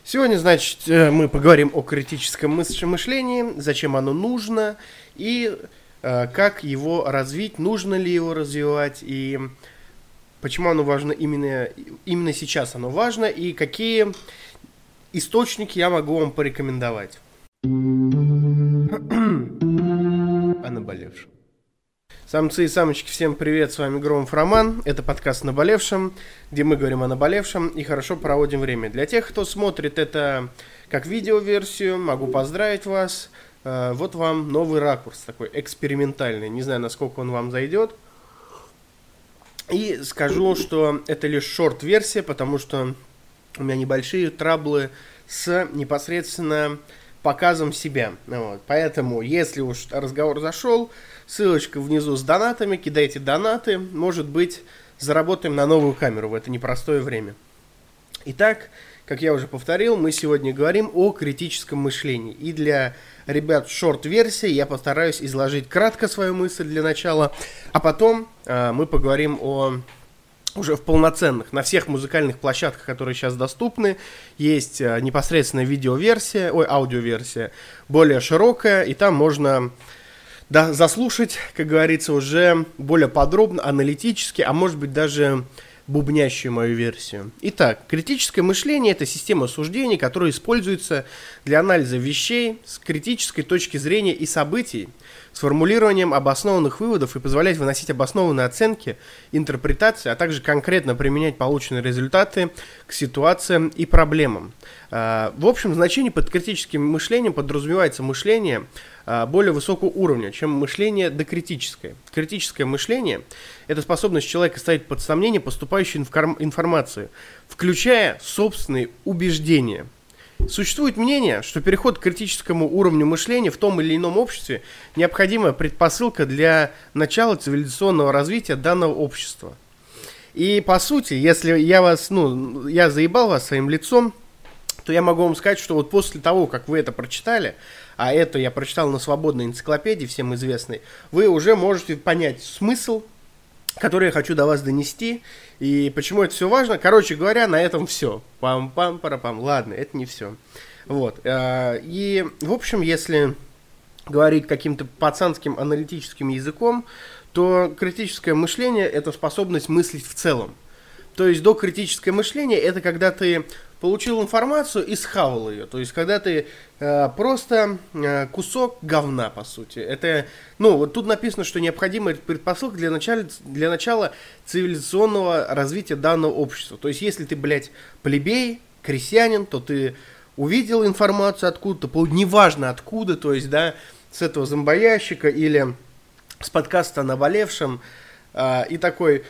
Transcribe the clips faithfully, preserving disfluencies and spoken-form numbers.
Сегодня, значит, мы поговорим о критическом мышлении, зачем оно нужно и э, как его развить, нужно ли его развивать и почему оно важно именно, именно сейчас оно важно и какие источники я могу вам порекомендовать. О наболевшем. Самцы и самочки, всем привет, с вами Громов Роман, это подкаст о наболевшем, где мы говорим о наболевшем и хорошо проводим время. Для тех, кто смотрит это как видеоверсию, могу поздравить вас, вот вам новый ракурс, такой экспериментальный, не знаю, насколько он вам зайдет. И скажу, что это лишь шорт-версия, потому что у меня небольшие траблы с непосредственно показом себя. Вот. Поэтому, если уж разговор зашел, ссылочка внизу с донатами, кидайте донаты, может быть, заработаем на новую камеру в это непростое время. Итак, как я уже повторил, мы сегодня говорим о критическом мышлении. И для ребят шорт-версии я постараюсь изложить кратко свою мысль для начала, а потом э, мы поговорим о... уже в полноценных, на всех музыкальных площадках, которые сейчас доступны, есть э, непосредственно видеоверсия, ой, аудиоверсия, более широкая, и там можно да, заслушать, как говорится, уже более подробно, аналитически, а может быть даже бубнящую мою версию. Итак, критическое мышление – это система суждений, которая используется для анализа вещей с критической точки зрения и событий, с формулированием обоснованных выводов и позволяет выносить обоснованные оценки, интерпретации, а также конкретно применять полученные результаты к ситуациям и проблемам. В общем, значение под критическим мышлением подразумевается мышление более высокого уровня, чем мышление докритическое. Критическое мышление – это способность человека ставить под сомнение поступающую информацию, включая собственные убеждения. Существует мнение, что переход к критическому уровню мышления в том или ином обществе – необходимая предпосылка для начала цивилизационного развития данного общества. И по сути, если я вас, ну, я заебал вас своим лицом, то я могу вам сказать, что вот после того, как вы это прочитали, а это я прочитал на свободной энциклопедии, всем известной, вы уже можете понять смысл, который я хочу до вас донести, и почему это все важно. Короче говоря, на этом все. Пам-пам-парапам. Ладно, это не все. Вот. И, в общем, если говорить каким-то пацанским аналитическим языком, то критическое мышление – это способность мыслить в целом. То есть докритическое мышление – это когда ты получил информацию и схавал ее. То есть когда ты э, просто э, кусок говна, по сути. Это, ну, вот тут написано, что необходимая предпосылка для начала, для начала цивилизационного развития данного общества. То есть если ты, блядь, плебей, крестьянин, то ты увидел информацию откуда-то, неважно откуда, то есть, да, с этого зомбоящика или с подкаста о наболевшем, э, и такой,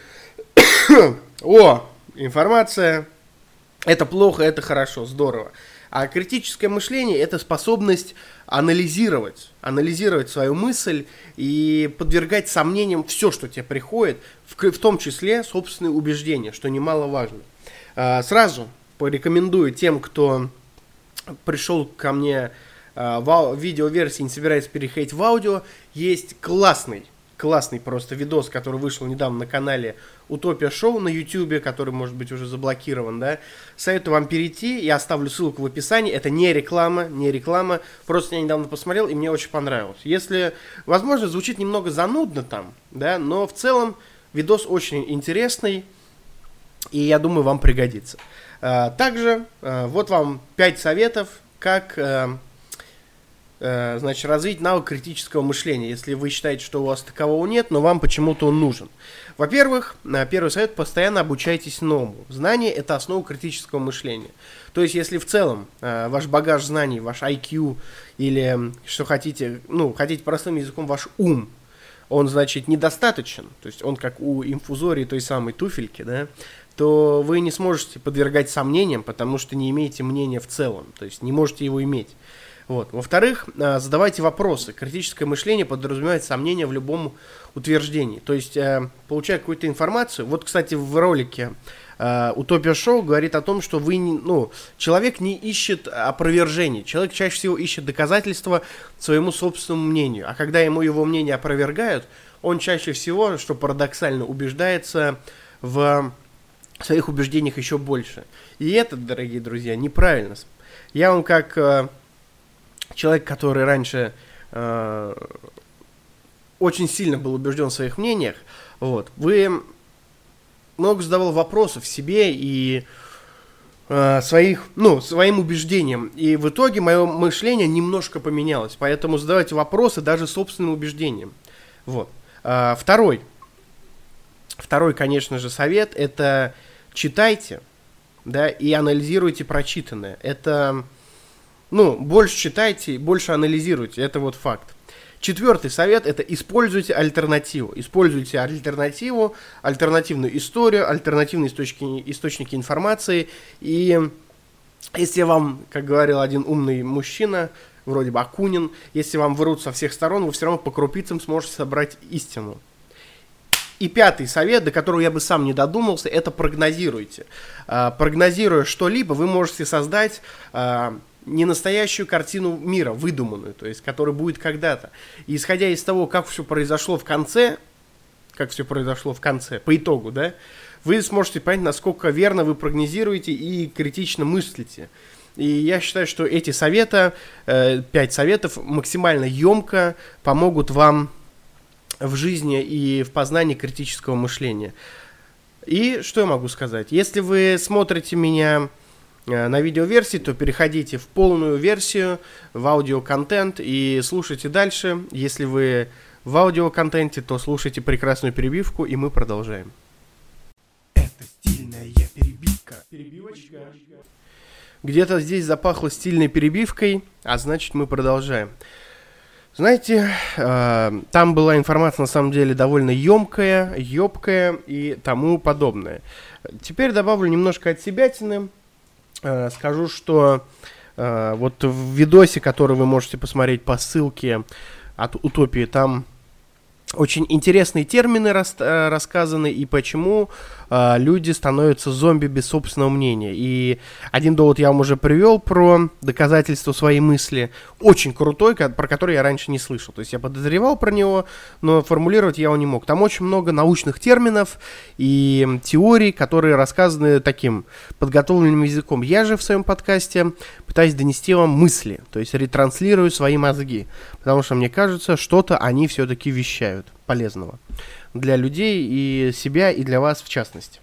о, информация... Это плохо, это хорошо, здорово. А критическое мышление – это способность анализировать, анализировать свою мысль и подвергать сомнениям все, что тебе приходит, в, в том числе собственные убеждения, что немаловажно. А, сразу порекомендую тем, кто пришел ко мне а, в видеоверсии и не собирается переходить в аудио, есть классный, классный просто видос, который вышел недавно на канале Утопия Шоу на ютубе, который может быть уже заблокирован, да. Советую вам перейти, я оставлю ссылку в описании, это не реклама, не реклама, просто я недавно посмотрел и мне очень понравилось. Если, возможно, звучит немного занудно там, да, но в целом видос очень интересный и я думаю, вам пригодится. Также вот вам пять советов, как... значит, развить навык критического мышления, если вы считаете, что у вас такового нет, но вам почему-то он нужен. Во-первых, первый совет – постоянно обучайтесь новому. Знание – это основа критического мышления. То есть, если в целом ваш багаж знаний, ваш ай кью или, что хотите, ну, хотите простым языком, ваш ум, он, значит, недостаточен, то есть он как у инфузории той самой туфельки, да, то вы не сможете подвергать сомнениям, потому что не имеете мнения в целом, то есть не можете его иметь. Вот. Во-вторых, задавайте вопросы. Критическое мышление подразумевает сомнения в любом утверждении. То есть, получая какую-то информацию, вот, кстати, в ролике Утопия Шоу говорит о том, что вы, ну, человек не ищет опровержений, человек чаще всего ищет доказательства своему собственному мнению. А когда ему его мнение опровергают, он чаще всего, что парадоксально, убеждается в своих убеждениях еще больше. И это, дорогие друзья, неправильно. Я вам как э, человек, который раньше э, очень сильно был убежден в своих мнениях, вот, вы много задавал вопросов себе и э, своих, ну, своим убеждениям. И в итоге мое мышление немножко поменялось. Поэтому задавайте вопросы даже собственным убеждениям. Вот. А, второй. Второй, конечно же, совет – это читайте, да, и анализируйте прочитанное. Это, ну, больше читайте, больше анализируйте. Это вот факт. Четвертый совет – это используйте альтернативу. Используйте альтернативу, альтернативную историю, альтернативные источники, источники информации. И если вам, как говорил один умный мужчина, вроде бы Акунин, если вам врут со всех сторон, вы все равно по крупицам сможете собрать истину. И пятый совет, до которого я бы сам не додумался, это прогнозируйте. А, прогнозируя что-либо, вы можете создать а, не настоящую картину мира, выдуманную, то есть, которая будет когда-то. И исходя из того, как все произошло в конце, как все произошло в конце, по итогу, да, вы сможете понять, насколько верно вы прогнозируете и критично мыслите. И я считаю, что эти советы, э, пять советов, максимально емко помогут вам в жизни и в познании критического мышления. И что я могу сказать? Если вы смотрите меня э, на видеоверсии, то переходите в полную версию, в аудиоконтент и слушайте дальше. Если вы в аудиоконтенте, то слушайте прекрасную перебивку, и мы продолжаем. Это стильная перебивка. Перебивочка. Где-то здесь запахло стильной перебивкой, а значит мы продолжаем. Знаете, э, там была информация на самом деле довольно емкая, ёбкая и тому подобное. Теперь добавлю немножко от себятины. Э, скажу, что э, вот в видосе, который вы можете посмотреть по ссылке от Утопии, там очень интересные термины рас, э, рассказаны и почему э, люди становятся зомби без собственного мнения. И один довод я вам уже привел про доказательство своей мысли. Очень крутой, про который я раньше не слышал. То есть я подозревал про него, но формулировать я его не мог. Там очень много научных терминов и теорий, которые рассказаны таким подготовленным языком. Я же в своем подкасте пытаюсь донести вам мысли, то есть ретранслирую свои мозги. Потому что мне кажется, что-то они все-таки вещают полезного для людей и себя, и для вас в частности.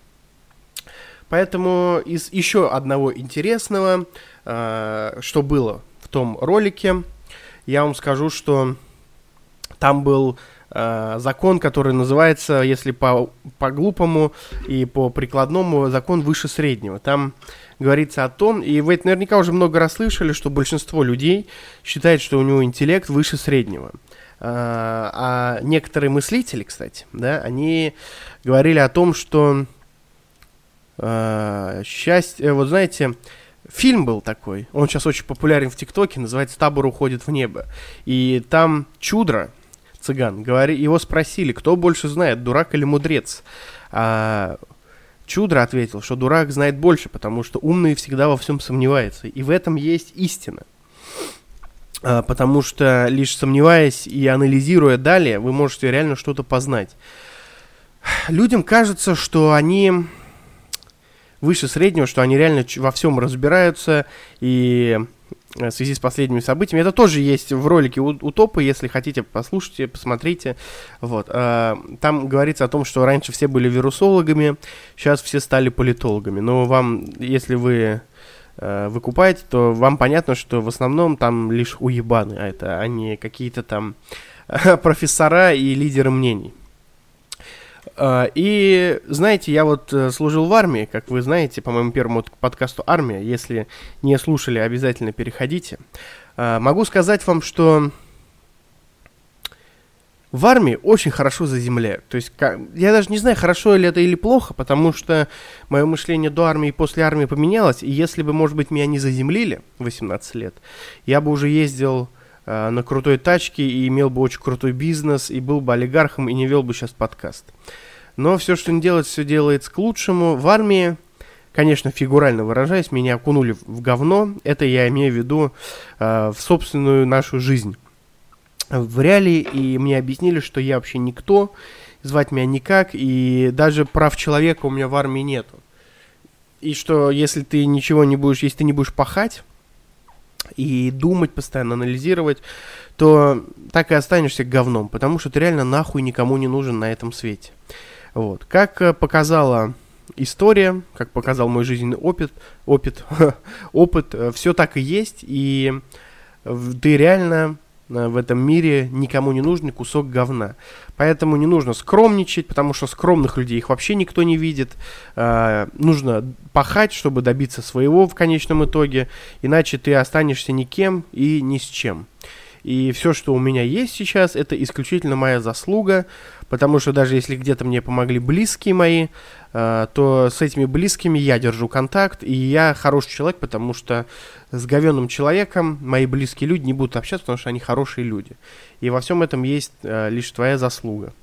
Поэтому из еще одного интересного, э, что было в том ролике, я вам скажу, что там был э, закон, который называется, если по, по-глупому и по прикладному, закон выше среднего. Там говорится о том, и вы это наверняка уже много раз слышали, что большинство людей считает, что у него интеллект выше среднего. А некоторые мыслители, кстати, да, они говорили о том, что э, счастье, вот знаете, фильм был такой, он сейчас очень популярен в ТикТоке, называется «Табор уходит в небо», и там Чудро, цыган, говори, его спросили, кто больше знает, дурак или мудрец, а Чудро ответил, что дурак знает больше, потому что умный всегда во всем сомневается, и в этом есть истина. Потому что лишь сомневаясь и анализируя далее, вы можете реально что-то познать. Людям кажется, что они выше среднего, что они реально во всем разбираются, и в связи с последними событиями, это тоже есть в ролике Утопы, если хотите, послушайте, посмотрите. Вот. Там говорится о том, что раньше все были вирусологами, сейчас все стали политологами. Но вам, если вы выкупаете, то вам понятно, что в основном там лишь уебаны, а это они какие-то там профессора и лидеры мнений. И, знаете, я вот служил в армии, как вы знаете, по моему первому подкасту «Армия». Если не слушали, обязательно переходите. Могу сказать вам, что в армии очень хорошо заземляют. То есть, я даже не знаю, хорошо ли это или плохо, потому что мое мышление до армии и после армии поменялось. И если бы, может быть, меня не заземлили в восемнадцать лет, я бы уже ездил э, на крутой тачке и имел бы очень крутой бизнес, и был бы олигархом, и не вел бы сейчас подкаст. Но все, что не делается, все делается к лучшему. В армии, конечно, фигурально выражаясь, меня окунули в говно. Это я имею в виду э, в собственную нашу жизнь. В реалии, и мне объяснили, что я вообще никто, звать меня никак, и даже прав человека у меня в армии нету. И что если ты ничего не будешь, если ты не будешь пахать, и думать постоянно, анализировать, то так и останешься говном, потому что ты реально нахуй никому не нужен на этом свете. Вот. Как показала история, как показал мой жизненный опыт, опыт, опыт, все так и есть, и ты реально в этом мире никому не нужный кусок говна. Поэтому не нужно скромничать, потому что скромных людей их вообще никто не видит. А, нужно пахать, чтобы добиться своего в конечном итоге, иначе ты останешься никем и ни с чем. И все, что у меня есть сейчас, это исключительно моя заслуга, потому что даже если где-то мне помогли близкие мои, э, то с этими близкими я держу контакт, и я хороший человек, потому что с говенным человеком мои близкие люди не будут общаться, потому что они хорошие люди. И во всем этом есть э, лишь твоя заслуга.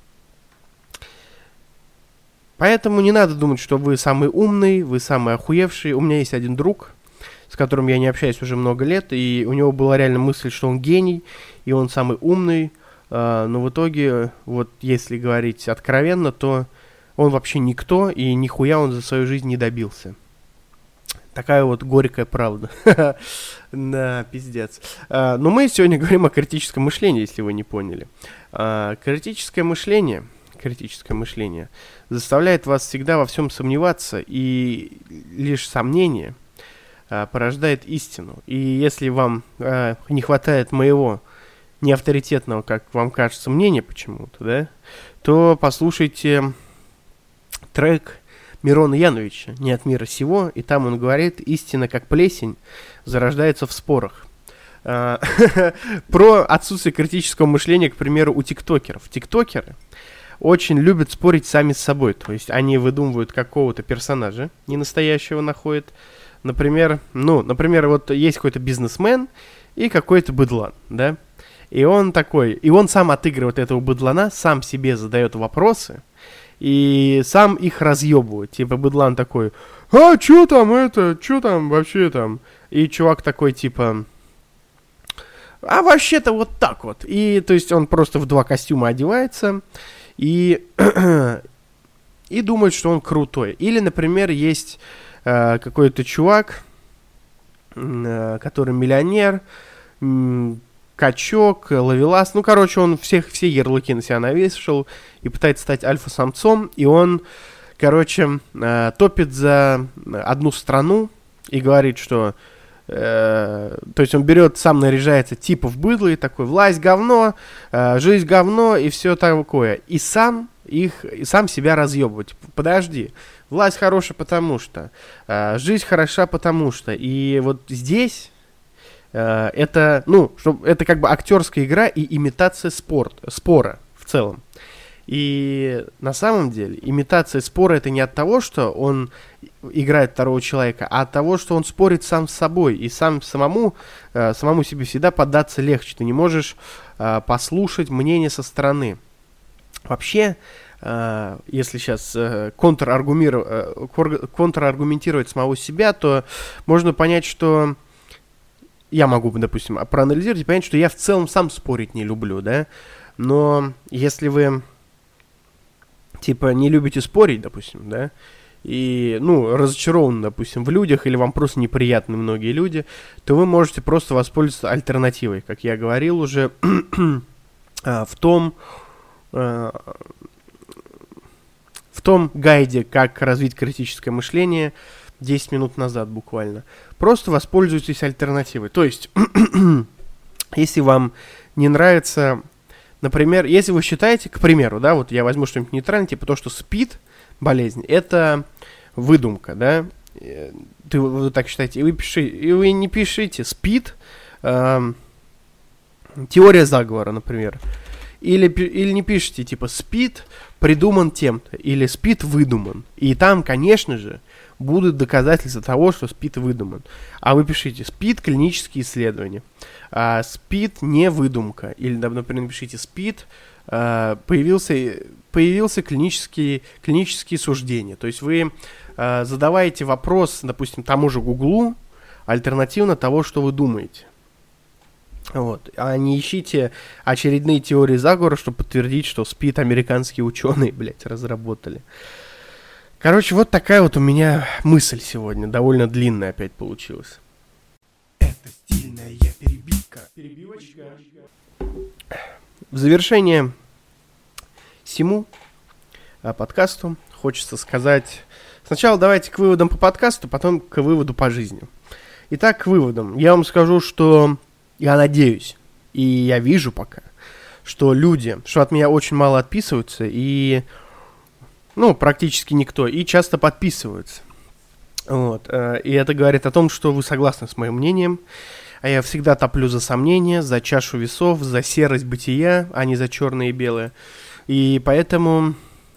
Поэтому не надо думать, что вы самый умный, вы самый охуевший. У меня есть один друг, с которым я не общаюсь уже много лет, и у него была реально мысль, что он гений, и он самый умный, э, но в итоге, вот если говорить откровенно, то он вообще никто, и нихуя он за свою жизнь не добился. Такая вот горькая правда. Да, пиздец. Но мы сегодня говорим о критическом мышлении, если вы не поняли. Критическое мышление, критическое мышление заставляет вас всегда во всем сомневаться, и лишь сомнение порождает истину. И если вам э, не хватает моего неавторитетного, как вам кажется, мнения почему-то, да, то послушайте трек Мирона Яновича «Не от мира сего», и там он говорит: истина, как плесень, зарождается в спорах. Э, про отсутствие критического мышления, к примеру, у тиктокеров. Тиктокеры очень любят спорить сами с собой, то есть они выдумывают какого-то персонажа ненастоящего, находят. Например, ну, например, вот есть какой-то бизнесмен и какой-то быдлан, да, и он такой, и он сам отыгрывает этого быдлана, сам себе задает вопросы и сам их разъебывает. Типа быдлан такой: а, чё там это, чё там вообще там? И чувак такой, типа: а вообще-то вот так вот. И, то есть, он просто в два костюма одевается и, и думает, что он крутой. Или, например, есть какой-то чувак, который миллионер, качок, ловелас, ну, короче, он всех, все ярлыки на себя навешал и пытается стать альфа-самцом, и он, короче, топит за одну страну и говорит, что, э, то есть он берет, сам наряжается типа в быдло и такой: власть говно, э, жизнь говно и все такое, и сам их, и сам себя разъебывать. Подожди. Власть хорошая, потому что. Э, жизнь хороша, потому что. И вот здесь э, это, ну, что, это как бы актерская игра и имитация спорт, спора в целом. И на самом деле имитация спора — это не от того, что он играет второго человека, а от того, что он спорит сам с собой. И сам самому, э, самому себе всегда поддаться легче. Ты не можешь э, послушать мнение со стороны. Вообще, Uh, если сейчас uh, контраргументировать, uh, контраргументировать самого себя, то можно понять, что я могу, допустим, проанализировать и понять, что я в целом сам спорить не люблю, да, но если вы, типа, не любите спорить, допустим, да, и, ну, разочарованы, допустим, в людях, или вам просто неприятны многие люди, то вы можете просто воспользоваться альтернативой, как я говорил уже, uh, в том... Uh, В том гайде, как развить критическое мышление, десять минут назад буквально. Просто воспользуйтесь альтернативой. То есть, если вам не нравится, например, если вы считаете, к примеру, да, вот я возьму что-нибудь нейтральное, типа то, что СПИД, болезнь, это выдумка, да, ты, вы так считаете, и вы, пиши, и вы не пишите СПИД, э, теория заговора, например. Или, или не пишите, типа, СПИД придуман тем-то, или СПИД выдуман. И там, конечно же, будут доказательства того, что СПИД выдуман. А вы пишите СПИД клинические исследования, а СПИД не выдумка. Или, например, напишите СПИД а, появился, появился клинические, клинические суждения. То есть вы а, задаваете вопрос, допустим, тому же Гуглу, альтернативно того, что вы думаете. Вот. А не ищите очередные теории заговора, чтобы подтвердить, что СПИД американские ученые, блядь, разработали. Короче, вот такая вот у меня мысль сегодня. Довольно длинная опять получилась. Это стильная Перебивочка. В завершение всему подкасту хочется сказать... Сначала давайте к выводам по подкасту, потом к выводу по жизни. Итак, к выводам. Я вам скажу, что я надеюсь, и я вижу пока, что люди, что от меня очень мало отписываются, и, ну, практически никто, и часто подписываются. Вот. И это говорит о том, что вы согласны с моим мнением, а я всегда топлю за сомнения, за чашу весов, за серость бытия, а не за черное и белое. И поэтому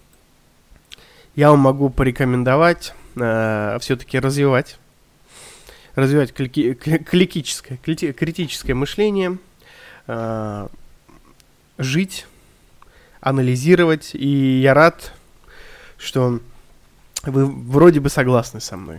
я вам могу порекомендовать э, все-таки развивать, развивать клики, кликическое, критическое мышление, э, жить, анализировать. И я рад, что вы вроде бы согласны со мной.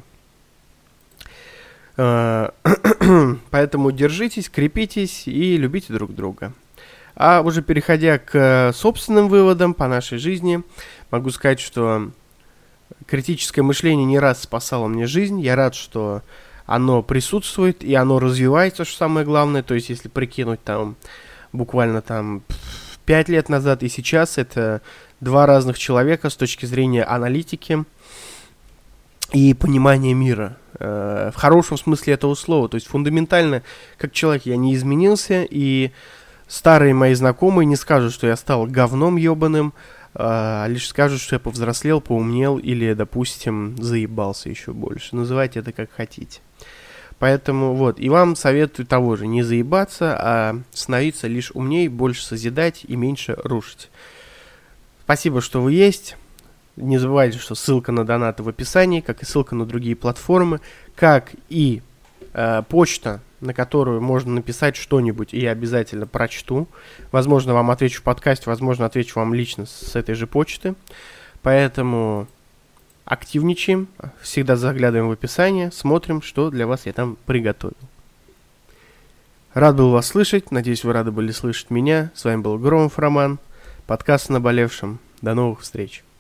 Поэтому держитесь, крепитесь и любите друг друга. А уже переходя к собственным выводам по нашей жизни, могу сказать, что критическое мышление не раз спасало мне жизнь. Я рад, что оно присутствует и оно развивается, что самое главное. То есть, если прикинуть там буквально там пять лет назад и сейчас, это два разных человека с точки зрения аналитики и понимания мира. Э, в хорошем смысле этого слова. То есть фундаментально, как человек, я не изменился, и старые мои знакомые не скажут, что я стал говном ебаным, э, а лишь скажут, что я повзрослел, поумнел или, допустим, заебался еще больше. Называйте это как хотите. Поэтому вот, и вам советую того же, не заебаться, а становиться лишь умнее, больше созидать и меньше рушить. Спасибо, что вы есть. Не забывайте, что ссылка на донаты в описании, как и ссылка на другие платформы, как и э, почта, на которую можно написать что-нибудь, и я обязательно прочту. Возможно, вам отвечу в подкасте, возможно, отвечу вам лично с этой же почты. Поэтому активничаем, всегда заглядываем в описание, смотрим, что для вас я там приготовил. Рад был вас слышать, надеюсь, вы рады были слышать меня. С вами был Громов Роман, подкаст «Наболевшим». До новых встреч.